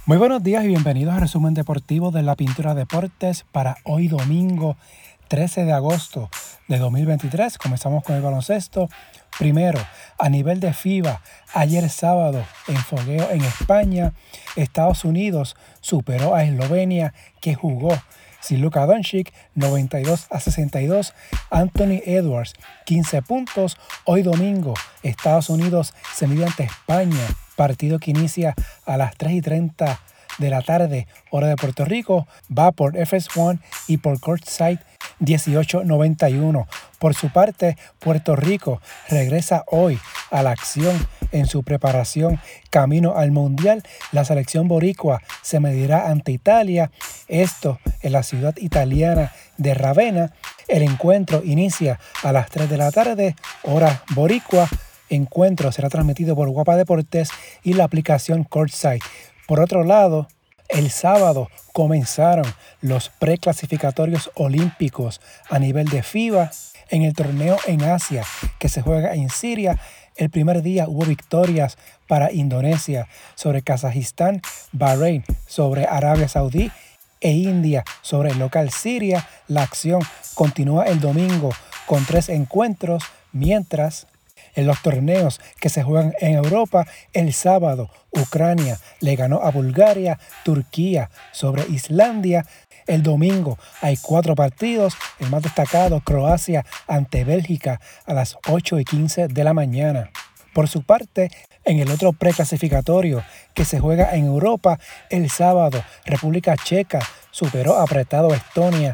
Muy buenos días y bienvenidos al resumen deportivo de la Pintura Deportes para hoy domingo 13 de agosto de 2023. Comenzamos con el baloncesto. Primero, a nivel de FIBA, ayer sábado en fogueo en España, Estados Unidos superó a Eslovenia, que jugó sin Luka Doncic 92-62, Anthony Edwards 15 puntos. Hoy domingo, Estados Unidos se mide ante España, partido que inicia a las 3:30 de la tarde, hora de Puerto Rico. Va por FS1 y por Courtside 18.91. Por su parte, Puerto Rico regresa hoy a la acción en su preparación camino al Mundial. La selección boricua se medirá ante Italia, esto en la ciudad italiana de Ravenna. El encuentro inicia a las 3 de la tarde, hora boricua. Encuentro será transmitido por Guapa Deportes y la aplicación Courtside. Por otro lado, el sábado comenzaron los preclasificatorios olímpicos a nivel de FIBA en el torneo en Asia que se juega en Siria. El primer día hubo victorias para Indonesia sobre Kazajistán, Bahrein sobre Arabia Saudí e India sobre el local Siria. La acción continúa el domingo con 3 encuentros, mientras en los torneos que se juegan en Europa, el sábado Ucrania le ganó a Bulgaria, Turquía sobre Islandia. El domingo hay 4 partidos, el más destacado Croacia ante Bélgica a las 8:15 de la mañana. Por su parte, en el otro preclasificatorio que se juega en Europa, el sábado República Checa superó apretado a Estonia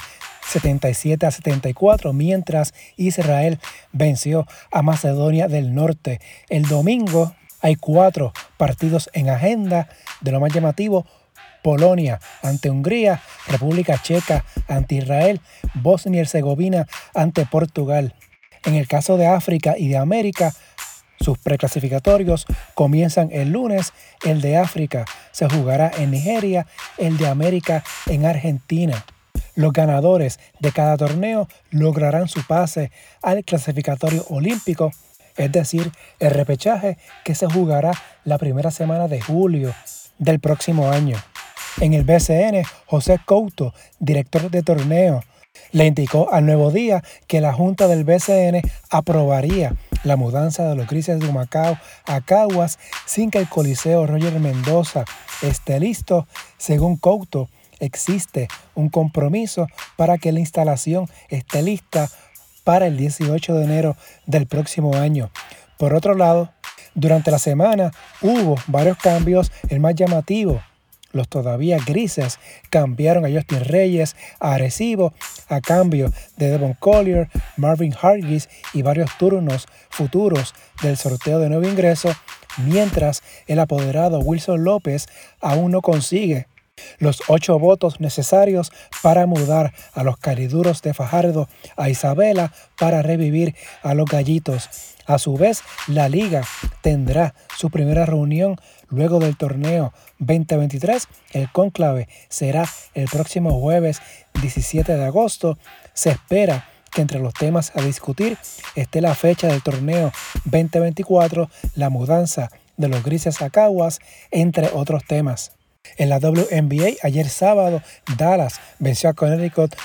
77-74, mientras Israel venció a Macedonia del Norte. El domingo hay 4 partidos en agenda. De lo más llamativo, Polonia ante Hungría, República Checa ante Israel, Bosnia y Herzegovina ante Portugal. En el caso de África y de América, sus preclasificatorios comienzan el lunes. El de África se jugará en Nigeria, el de América en Argentina. Los ganadores de cada torneo lograrán su pase al clasificatorio olímpico, es decir, el repechaje que se jugará la primera semana de julio del próximo año. En el BCN, José Couto, director de torneo, le indicó al Nuevo Día que la Junta del BCN aprobaría la mudanza de los Grises de Humacao a Caguas sin que el Coliseo Roger Mendoza esté listo. Según Couto, existe un compromiso para que la instalación esté lista para el 18 de enero del próximo año. Por otro lado, durante la semana hubo varios cambios. El más llamativo, los todavía Grises cambiaron a Justin Reyes a Arecibo a cambio de Devon Collier, Marvin Hargis y varios turnos futuros del sorteo de nuevo ingreso, mientras el apoderado Wilson López aún no consigue los 8 votos necesarios para mudar a los cariduros de Fajardo a Isabela para revivir a los Gallitos. A su vez, la liga tendrá su primera reunión luego del torneo 2023. El cónclave será el próximo jueves 17 de agosto. Se espera que entre los temas a discutir esté la fecha del torneo 2024, la mudanza de los Grises a Caguas, entre otros temas. En la WNBA, ayer sábado, Dallas venció a Connecticut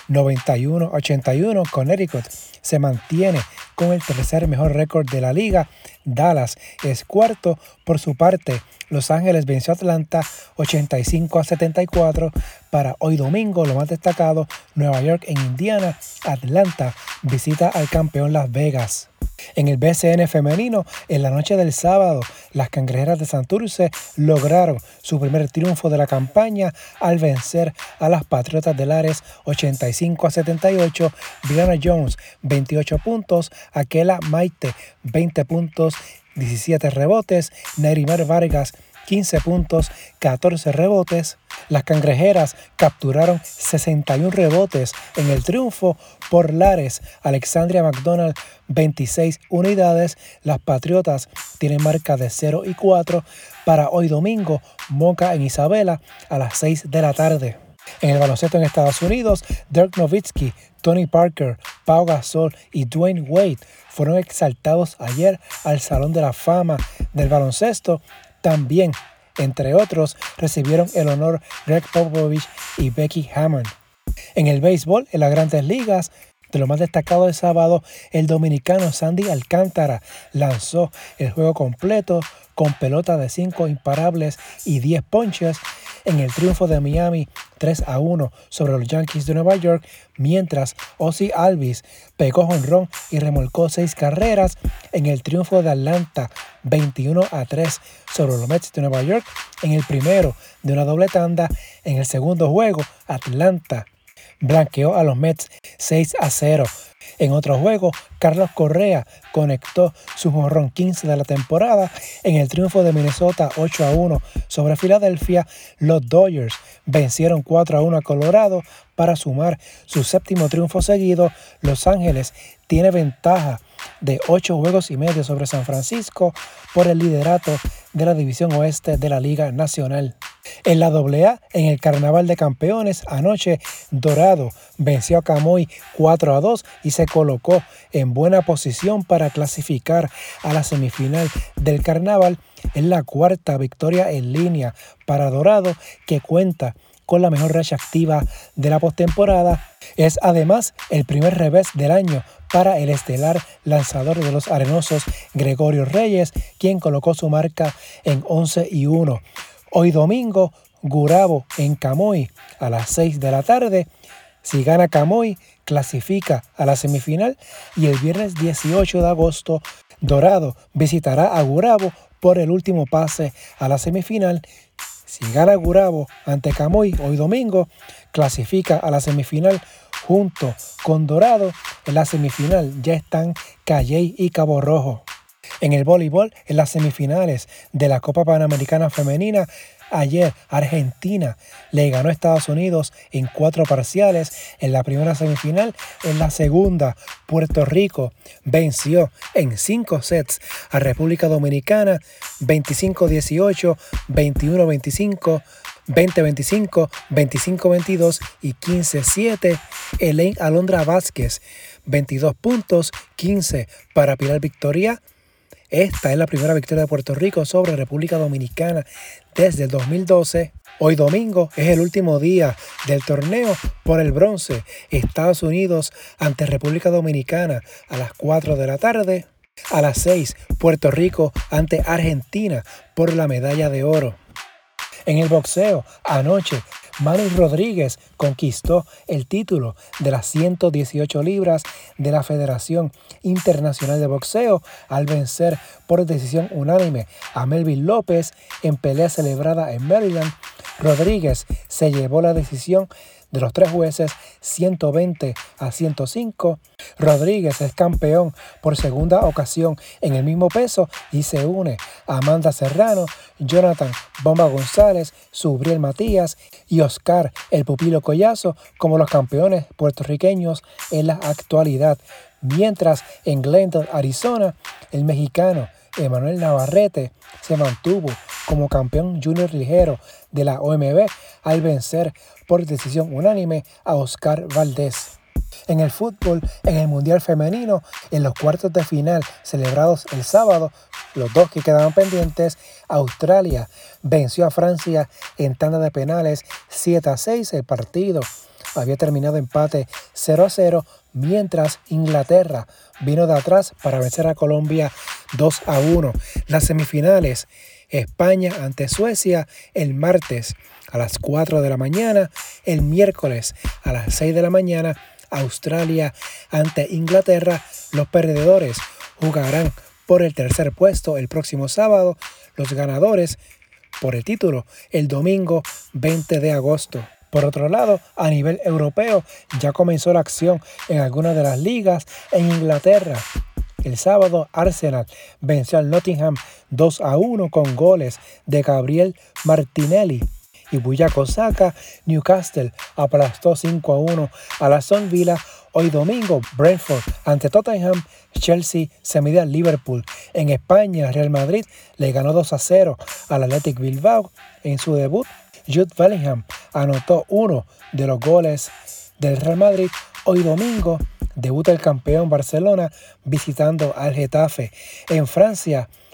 91-81. Connecticut se mantiene con el tercer mejor récord de la liga. Dallas es cuarto. Por su parte, Los Ángeles venció a Atlanta 85-74. Para hoy domingo, lo más destacado, Nueva York en Indiana. Atlanta visita al campeón Las Vegas. En el BCN femenino, en la noche del sábado, las Cangrejeras de Santurce lograron su primer triunfo de la campaña al vencer a las Patriotas de Lares 85-78. Brianna Jones, 28 puntos. Aquela Maite, 20 puntos, 17 rebotes. Nerimar Vargas, 15 puntos, 14 rebotes. Las Cangrejeras capturaron 61 rebotes en el triunfo. Por Lares, Alexandria McDonald, 26 unidades. Las Patriotas tienen marca de 0-4. Para hoy domingo, Moca en Isabela a las 6 de la tarde. En el baloncesto en Estados Unidos, Dirk Nowitzki, Tony Parker, Pau Gasol y Dwayne Wade fueron exaltados ayer al Salón de la Fama del baloncesto. También Entre otros, recibieron el honor Greg Popovich y Becky Hammon. En el béisbol, en las Grandes Ligas, de lo más destacado del sábado, el dominicano Sandy Alcántara lanzó el juego completo con pelota de 5 imparables y 10 ponches en el triunfo de Miami 3-1 sobre los Yankees de Nueva York, mientras Ozzie Albies pegó jonrón y remolcó 6 carreras en el triunfo de Atlanta 21-3 sobre los Mets de Nueva York en el primero de una doble tanda. En el segundo juego, Atlanta blanqueó a los Mets 6-0. En otro juego, Carlos Correa conectó su jonrón 15 de la temporada en el triunfo de Minnesota 8-1 sobre Filadelfia. Los Dodgers vencieron 4-1 a Colorado para sumar su séptimo triunfo seguido. Los Ángeles tiene ventaja de 8 juegos y medio sobre San Francisco por el liderato de la División Oeste de la Liga Nacional. En la AA, en el Carnaval de Campeones, anoche Dorado venció a Camoy 4-2 y se colocó en buena posición para clasificar a la semifinal del Carnaval. Es la cuarta victoria en línea para Dorado, que cuenta con la mejor racha activa de la postemporada. Es además el primer revés del año para el estelar lanzador de los Arenosos, Gregorio Reyes, quien colocó su marca en 11-1. Hoy domingo, Gurabo en Camoy a las 6 de la tarde. Si gana Camoy, clasifica a la semifinal, y el viernes 18 de agosto, Dorado visitará a Gurabo por el último pase a la semifinal. Si gana Gurabo ante Camoy hoy domingo, clasifica a la semifinal junto con Dorado. En la semifinal ya están Calley y Cabo Rojo. En el voleibol, en las semifinales de la Copa Panamericana Femenina, ayer Argentina le ganó a Estados Unidos en 4 parciales en la primera semifinal. En la segunda, Puerto Rico venció en 5 sets a República Dominicana 25-18, 21-25, 20-25, 25-22 y 15-7. Elaine Alondra Vázquez, 22 puntos, 15 para Pilar Victoria. Esta es la primera victoria de Puerto Rico sobre República Dominicana desde el 2012. Hoy domingo es el último día del torneo por el bronce. Estados Unidos ante República Dominicana a las 4 de la tarde. A las 6, Puerto Rico ante Argentina por la medalla de oro. En el boxeo, anoche, Manny Rodríguez conquistó el título de las 118 libras de la Federación Internacional de Boxeo al vencer por decisión unánime a Melvin López en pelea celebrada en Maryland. Rodríguez se llevó la decisión de los 3 jueces 120-105. Rodríguez es campeón por segunda ocasión en el mismo peso y se une a Amanda Serrano, Jonathan Bomba González, Subriel Matías y Oscar El Pupilo Collazo como los campeones puertorriqueños en la actualidad. Mientras en Glendale, Arizona, el mexicano Emanuel Navarrete se mantuvo como campeón junior ligero de la OMB al vencer por decisión unánime a Oscar Valdés. En el fútbol, en el Mundial Femenino, en los cuartos de final celebrados el sábado, los 2 que quedaban pendientes, Australia venció a Francia en tanda de penales 7-6. El partido había terminado empate 0-0, mientras Inglaterra vino de atrás para vencer a Colombia 2-1. Las semifinales, España ante Suecia el martes a las 4 de la mañana, el miércoles a las 6 de la mañana, Australia ante Inglaterra. Los perdedores jugarán por el tercer puesto el próximo sábado, los ganadores por el título el domingo 20 de agosto. Por otro lado, a nivel europeo, ya comenzó la acción en algunas de las ligas. En Inglaterra, el sábado, Arsenal venció al Nottingham 2-1 con goles de Gabriel Martinelli y Bukayo Saka. Newcastle aplastó 5-1 a la Aston Villa. Hoy domingo, Brentford ante Tottenham. Chelsea se mide al Liverpool. En España, Real Madrid le ganó 2-0 al Athletic Bilbao. En su debut, Jude Bellingham anotó uno de los goles del Real Madrid. Hoy domingo, debuta el campeón Barcelona visitando al Getafe. En Francia,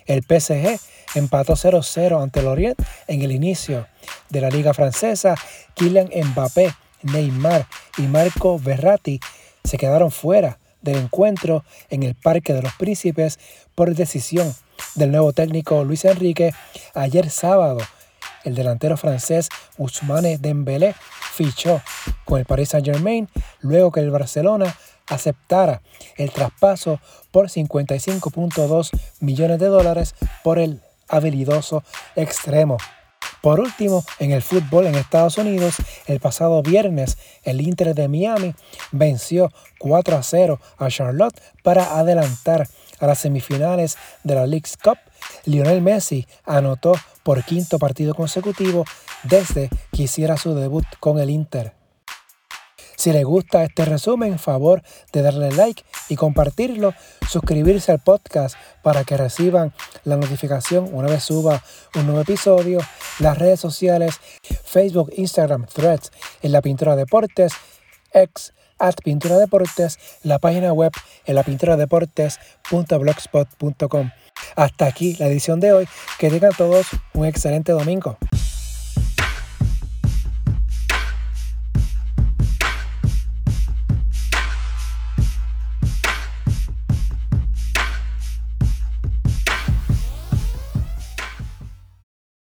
El PSG empató 0-0 ante Lorient en el inicio de la Liga Francesa. Kylian Mbappé, Neymar y Marco Verratti se quedaron fuera del encuentro en el Parque de los Príncipes por decisión del nuevo técnico Luis Enrique. Ayer sábado, el delantero francés Ousmane Dembélé fichó con el Paris Saint-Germain luego que el Barcelona aceptara el traspaso por $55.2 millones por el habilidoso extremo. Por último, en el fútbol en Estados Unidos, el pasado viernes, el Inter de Miami venció 4-0 a Charlotte para adelantar a las semifinales de la Leagues Cup. Lionel Messi anotó por quinto partido consecutivo desde que hiciera su debut con el Inter. Si les gusta este resumen, favor de darle like y compartirlo, suscribirse al podcast para que reciban la notificación una vez suba un nuevo episodio, las redes sociales, Facebook, Instagram, Threads, en La Pintura Deportes, X, @Pintura Deportes, la página web en lapinturadeportes.blogspot.com. Hasta aquí la edición de hoy. Que tengan todos un excelente domingo.